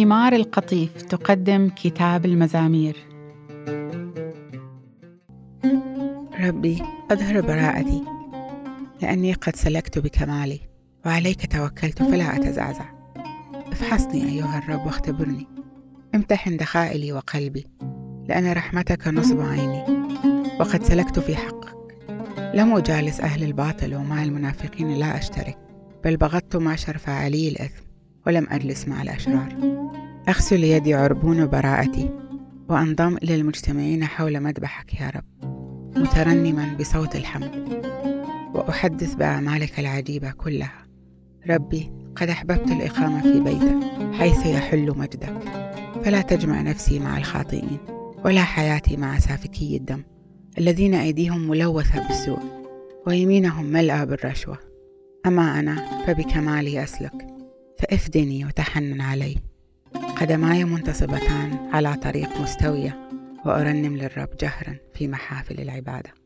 ثمار القطيف تقدم كتاب المزامير. ربي أظهر براءتي، لأني قد سلكت بكمالي، وعليك توكلت فلا أتزعزع. افحصني أيها الرب واختبرني، امتحن دخائلي وقلبي، لأن رحمتك نصب عيني، وقد سلكت في حقك. لم أجالس أهل الباطل، ومع المنافقين لا أشترك، بل بغضت معشر فاعلي الإثم، ولم أجلس مع الأشرار. أغسل يدي عربون براءتي، وأنضم إلى المجتمعين حول مذبحك يا رب، مترنما بصوت الحمد، وأحدث بأعمالك العجيبة كلها. ربي، قد أحببت الإقامة في بيتك حيث يحل مجدك، فلا تجمع نفسي مع الخاطئين، ولا حياتي مع سافكي الدم، الذين أيديهم ملوثة بالسوء، ويمينهم ملأى بالرشوة. أما أنا فبكمالي أسلك، فافدني وتحنن علي. قدماي منتصبتان على طريق مستوية، وأرنم للرب جهرا في محافل العبادة.